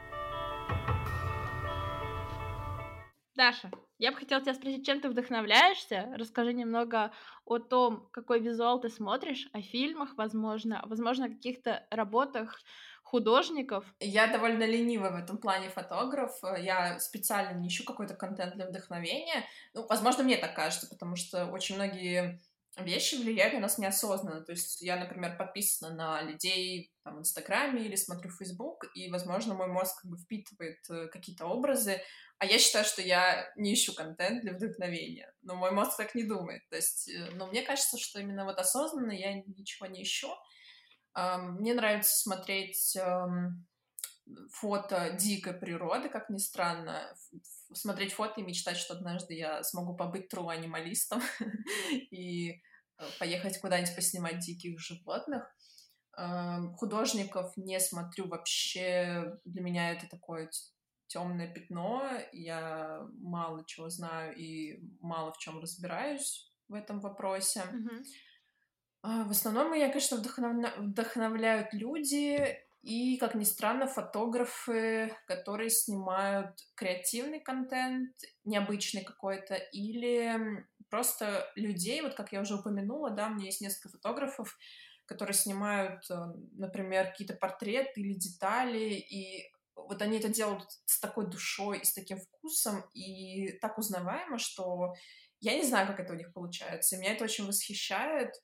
Speaker 1: Даша, я бы хотела тебя спросить, чем ты вдохновляешься? Расскажи немного о том, какой визуал ты смотришь, о фильмах, возможно, возможно, о каких-то работах художников.
Speaker 2: Я довольно ленивая в этом плане фотограф, э, я специально не ищу какой-то контент для вдохновения, ну, возможно, мне так кажется, потому что очень многие вещи влияют на нас неосознанно, то есть я, например, подписана на людей там, в Инстаграме или смотрю Facebook, и, возможно, мой мозг как бы впитывает э, какие-то образы, а я считаю, что я не ищу контент для вдохновения, но мой мозг так не думает, то есть, э, но мне кажется, что именно вот осознанно я ничего не ищу. Ам, Мне нравится смотреть ам, фото дикой природы, как ни странно, смотреть фото и мечтать, что однажды я смогу побыть тру-анималистом и поехать куда-нибудь поснимать диких животных. Художников не смотрю вообще, для меня это такое темное пятно, я мало чего знаю и мало в чем разбираюсь в этом вопросе.
Speaker 1: Мгм.
Speaker 2: В основном меня, конечно, вдохновля... вдохновляют люди и, как ни странно, фотографы, которые снимают креативный контент, необычный какой-то, или просто людей, вот как я уже упомянула, да, у меня есть несколько фотографов, которые снимают, например, какие-то портреты или детали, и вот они это делают с такой душой и с таким вкусом, и так узнаваемо, что я не знаю, как это у них получается, и меня это очень восхищает.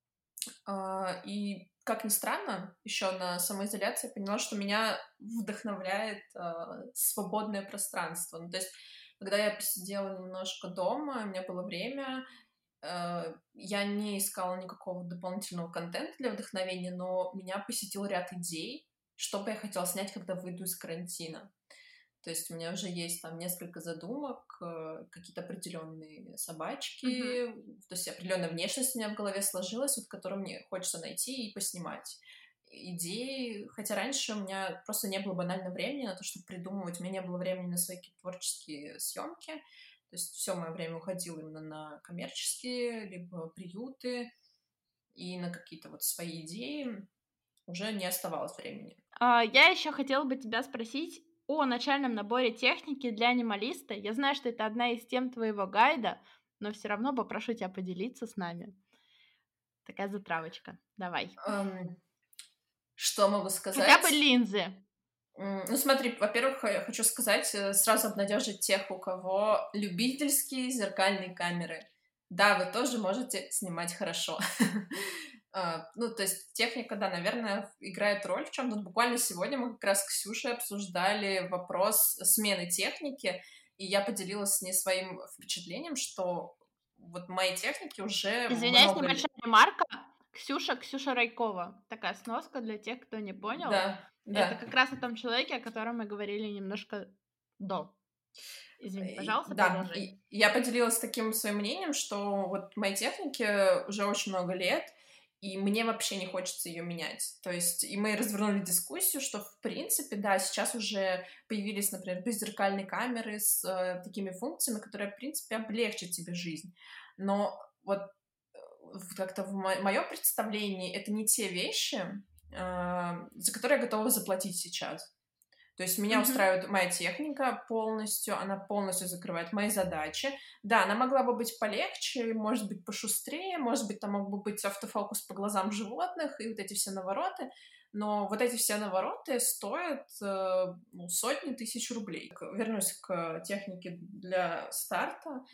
Speaker 2: И, как ни странно, еще на самоизоляции я поняла, что меня вдохновляет свободное пространство. Ну, то есть, когда я посидела немножко дома, у меня было время, я не искала никакого дополнительного контента для вдохновения, но меня посетил ряд идей, что бы я хотела снять, когда выйду из карантина. То есть у меня уже есть там несколько задумок, какие-то определенные собачки,
Speaker 1: Мгм.
Speaker 2: то есть определенная внешность у меня в голове сложилась, вот, которую мне хочется найти и поснимать идеи. Хотя раньше у меня просто не было банально времени на то, чтобы придумывать. У меня не было времени на свои какие-то творческие съемки. То есть все мое время уходило именно на коммерческие, либо приюты, и на какие-то вот свои идеи уже не оставалось времени.
Speaker 1: А, я еще хотела бы тебя спросить о начальном наборе техники для анималиста. Я знаю, что это одна из тем твоего гайда, но все равно попрошу тебя поделиться с нами. Такая затравочка. Давай.
Speaker 2: Эм, Что могу
Speaker 1: Хотя бы
Speaker 2: сказать?
Speaker 1: линзы.
Speaker 2: М, Ну, смотри, во-первых, я хочу сказать, э, сразу обнадежить тех, у кого любительские зеркальные камеры. Да, вы тоже можете снимать хорошо. А, Ну, то есть техника, да, наверное, играет роль в чем-то. Буквально сегодня мы как раз с Ксюшей обсуждали вопрос смены техники, и я поделилась с ней своим впечатлением, что вот моей техники уже
Speaker 1: Извиняюсь,
Speaker 2: много лет.
Speaker 1: небольшая ремарка. Ксюша, Ксюша Райкова. Такая сноска для тех, кто не понял.
Speaker 2: Да,
Speaker 1: Это
Speaker 2: да.
Speaker 1: как раз о том человеке, о котором мы говорили немножко до. Извини,
Speaker 2: И-
Speaker 1: пожалуйста,
Speaker 2: Да,
Speaker 1: продолжай.
Speaker 2: и я поделилась таким своим мнением, что вот моей технике уже очень много лет, и мне вообще не хочется ее менять. То есть, и мы развернули дискуссию, что, в принципе, да, сейчас уже появились, например, беззеркальные камеры с э, такими функциями, которые, в принципе, облегчат тебе жизнь. Но вот э, в- как-то в мо- моем представлении это не те вещи, э, за которые я готова заплатить сейчас. То есть меня
Speaker 1: Мгм.
Speaker 2: устраивает моя техника полностью, она полностью закрывает мои задачи. Да, она могла бы быть полегче, может быть, пошустрее, может быть, там мог бы быть автофокус по глазам животных и вот эти все навороты, но вот эти все навороты стоят э, ну, сотни тысяч рублей. К- Вернусь к технике для старта.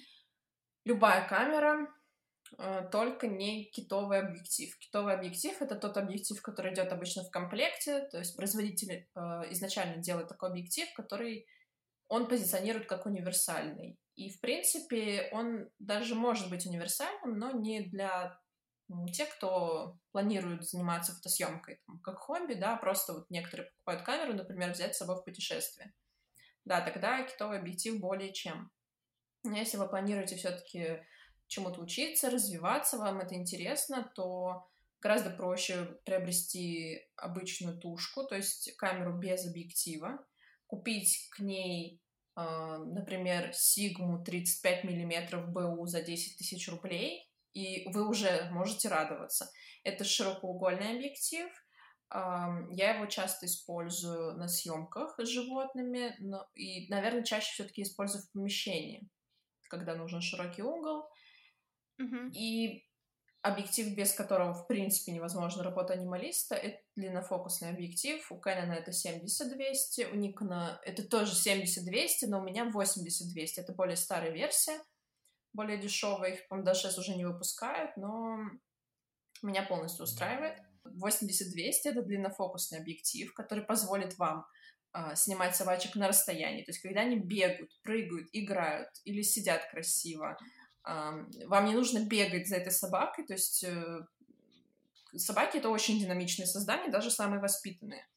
Speaker 2: Любая камера, Э, только не китовый объектив. Китовый объектив — это тот объектив, который идет обычно в комплекте, то есть производитель э, изначально делает такой объектив, который он позиционирует как универсальный. И, в принципе, он даже может быть универсальным, но не для м, тех, кто планирует заниматься фотосъемкой там, как хобби, да, просто вот некоторые покупают камеру, например, взять с собой в путешествие. Да, тогда китовый объектив более чем. Но если вы планируете все-таки чему-то учиться, развиваться, вам это интересно, то гораздо проще приобрести обычную тушку, то есть камеру без объектива, купить к ней, э, например, Sigma тридцать пять миллиметров БУ за десять тысяч рублей, и вы уже можете радоваться. Это широкоугольный объектив. Ам, Я его часто использую на съемках с животными, но и, наверное, чаще все-таки использую в помещении, когда нужен широкий угол,
Speaker 1: Мгм.
Speaker 2: и объектив, без которого, в принципе, невозможно работа анималиста, это длиннофокусный объектив. У Canon это семьдесят двести, у Nikon это тоже семьдесят двести, но у меня восемьдесят двести. Это более старая версия, более дешевая. Их, по-моему, даже сейчас уже не выпускают, но меня полностью устраивает. восемьдесят двести — это длиннофокусный объектив, который позволит вам а, снимать собачек на расстоянии. То есть, когда они бегают, прыгают, играют или сидят красиво, ам, вам не нужно бегать за этой собакой. То есть, э, собаки — это очень динамичные создания, даже самые воспитанные.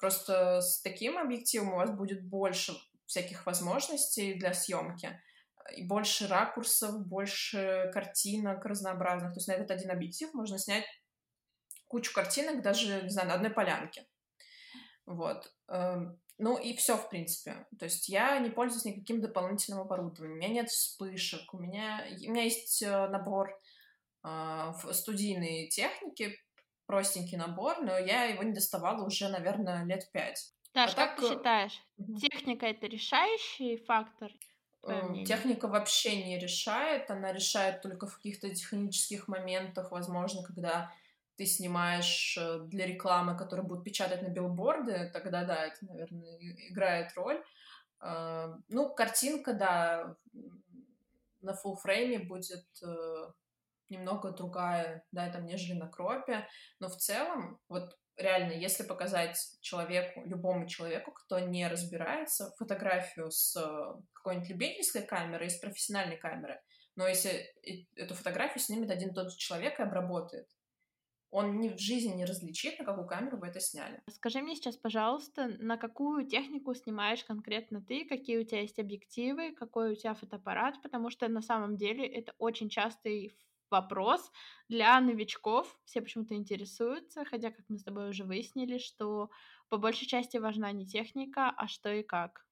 Speaker 2: Просто с таким объективом у вас будет больше всяких возможностей для съемки, и больше ракурсов, больше картинок разнообразных. То есть на этот один объектив можно снять кучу картинок даже, не знаю, на одной полянке. Вот. Ну и все, в принципе. То есть я не пользуюсь никаким дополнительным оборудованием. У меня нет вспышек. У меня, у меня есть набор э, студийной техники, простенький набор, но я его не доставала уже, наверное, лет пять.
Speaker 1: Даш,
Speaker 2: А
Speaker 1: как
Speaker 2: так...
Speaker 1: ты считаешь,
Speaker 2: Угу.
Speaker 1: техника — это решающий фактор, твое мнение?
Speaker 2: Техника вообще не решает. Она решает только в каких-то технических моментах, возможно, когда ты снимаешь для рекламы, которую будут печатать на билборды, тогда, да, это, наверное, играет роль. Ну, картинка, да, на фуллфрейме будет немного другая, да, там, нежели на кропе, но в целом, вот реально, если показать человеку, любому человеку, кто не разбирается, фотографию с какой-нибудь любительской камеры и с профессиональной камеры, но если эту фотографию снимет один и тот же человек и обработает, он ни в жизни не различит, на какую камеру вы это сняли.
Speaker 1: Скажи мне сейчас, пожалуйста, на какую технику снимаешь конкретно ты, какие у тебя есть объективы, какой у тебя фотоаппарат, потому что на самом деле это очень частый вопрос для новичков. Все почему-то интересуются, хотя, как мы с тобой уже выяснили, что по большей части важна не техника, а что и как.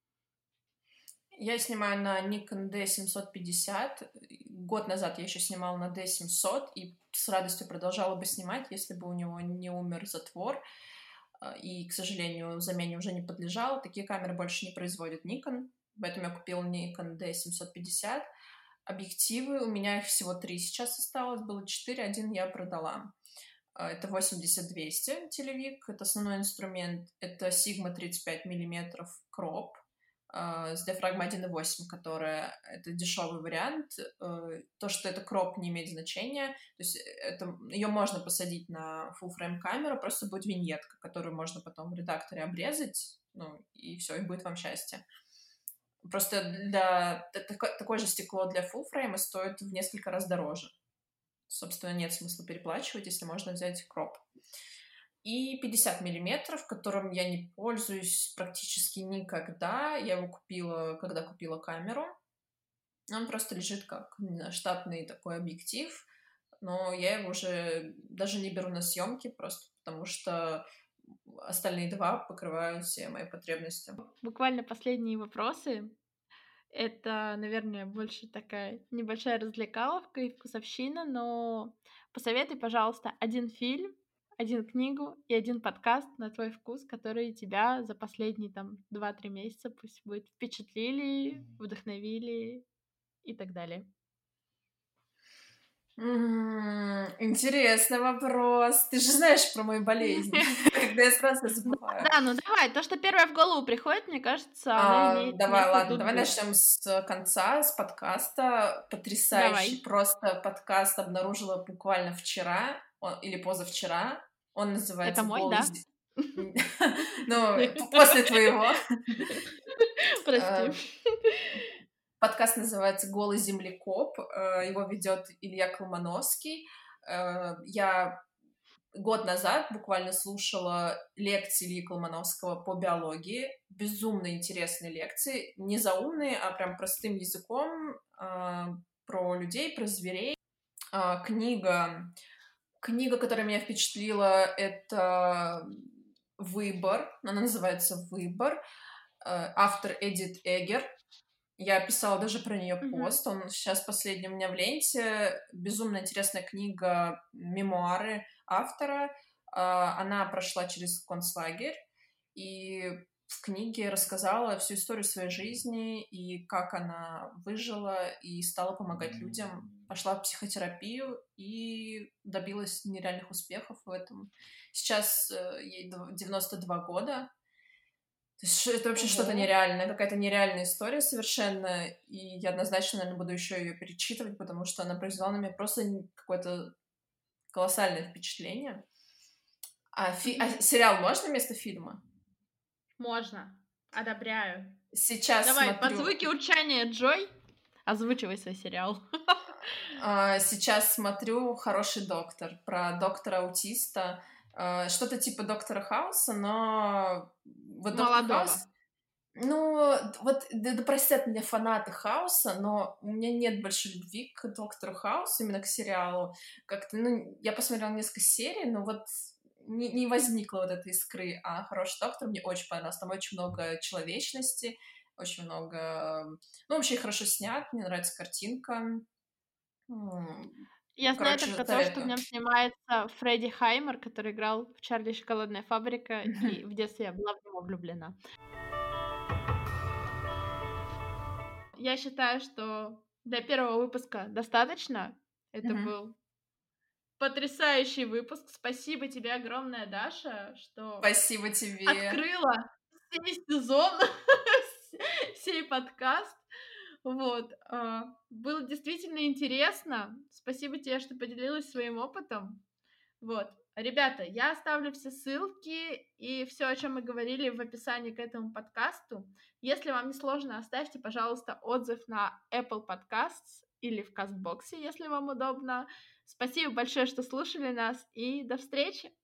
Speaker 2: Я снимаю на Nikon ди семьсот пятьдесят. Год назад я еще снимала на ди семьсот и с радостью продолжала бы снимать, если бы у него не умер затвор. И, к сожалению, замене уже не подлежало. Такие камеры больше не производит Nikon. Поэтому я купила Nikon ди семьсот пятьдесят. Объективы, у меня их всего три сейчас осталось. Было четыре, один я продала. Это восемьдесят двести телевик, это основной инструмент. Это Sigma тридцать пять миллиметров кроп с диафрагмой один и восемь, которая это дешевый вариант. То, что это кроп, не имеет значения. То есть это, ее можно посадить на full-frame камеру, просто будет виньетка, которую можно потом в редакторе обрезать, ну, и все, и будет вам счастье. Просто для такое, такое же стекло для full-frame стоит в несколько раз дороже. Собственно, нет смысла переплачивать, если можно взять кроп. И пятьдесят миллиметров, которым я не пользуюсь практически никогда. Я его купила, когда купила камеру. Он просто лежит как штатный такой объектив, но я его уже даже не беру на съемки, просто потому что остальные два покрывают все мои потребности.
Speaker 1: Буквально последние вопросы. Это, наверное, больше такая небольшая развлекаловка и вкусовщина, но посоветуй, пожалуйста, один фильм, один книгу и один подкаст на твой вкус, которые тебя за последние там два-три месяца, пусть будет, впечатлили, вдохновили и так далее.
Speaker 2: М-м, интересный вопрос. Ты же знаешь про мою болезнь, когда я сразу забываю.
Speaker 1: Да, ну давай, то, что первое в голову приходит, мне кажется, оно имеет
Speaker 2: Давай,
Speaker 1: место
Speaker 2: ладно,
Speaker 1: тут
Speaker 2: давай
Speaker 1: быть.
Speaker 2: начнем с конца, с подкаста. Потрясающий просто подкаст обнаружила буквально вчера или позавчера. Он называется
Speaker 1: Это мой,
Speaker 2: «Голый».
Speaker 1: да?
Speaker 2: Ну, после твоего.
Speaker 1: Прости.
Speaker 2: Подкаст называется «Голый землекоп». Его ведет Илья Колмановский. Я год назад буквально слушала лекции Ильи Колмановского по биологии. Безумно интересные лекции. Не заумные, а прям простым языком про людей, про зверей. Книга, книга, которая меня впечатлила, это «Выбор». Она называется «Выбор». Автор Эдит Эггер. Я писала даже про нее пост. Он сейчас последний у меня в ленте. Безумно интересная книга, мемуары автора. Она прошла через концлагерь и в книге рассказала всю историю своей жизни и как она выжила и стала помогать людям. Пошла в психотерапию и добилась нереальных успехов в этом. Сейчас ей девяносто два года. То есть это вообще Ого. Что-то нереальное, какая-то нереальная история совершенно, и я однозначно, наверное, буду еще ее перечитывать, потому что она произвела на меня просто какое-то колоссальное впечатление. А, фи- а сериал можно вместо фильма?
Speaker 1: Можно. Одобряю.
Speaker 2: Сейчас
Speaker 1: Давай,
Speaker 2: смотрю...
Speaker 1: под звуки урчания Джой озвучивай свой сериал.
Speaker 2: Сейчас смотрю «Хороший доктор» про доктора-аутиста. э, что-то типа Доктора Хауса, но вот Доктор
Speaker 1: Молодого.
Speaker 2: Хаус, ну, вот да, да простят меня фанаты Хауса, но у меня нет большой любви к Доктору Хаусу, именно к сериалу. Как-то, ну, я посмотрела несколько серий, но вот не, не возникло вот этой искры. А «Хороший доктор» мне очень понравился. Там очень много человечности, очень много... Ну, вообще хорошо снят, мне нравится картинка. М,
Speaker 1: Я знаю
Speaker 2: Короче,
Speaker 1: только то, что в
Speaker 2: советую.
Speaker 1: нем снимается Фредди Хаймер, который играл в «Чарли и шоколадная фабрика», и в детстве я была в него влюблена. Я считаю, что для первого выпуска достаточно. Это
Speaker 2: Мгм.
Speaker 1: был потрясающий выпуск. Спасибо тебе огромное, Даша, что
Speaker 2: Спасибо тебе.
Speaker 1: открыла сей сезон, сей подкаст. Вот, а, было действительно интересно. Спасибо тебе, что поделилась своим опытом. Вот. Ребята, я оставлю все ссылки и все, о чем мы говорили, в описании к этому подкасту. Если вам не сложно, оставьте, пожалуйста, отзыв на Apple Podcasts или в Кастбоксе, если вам удобно. Спасибо большое, что слушали нас, и до встречи!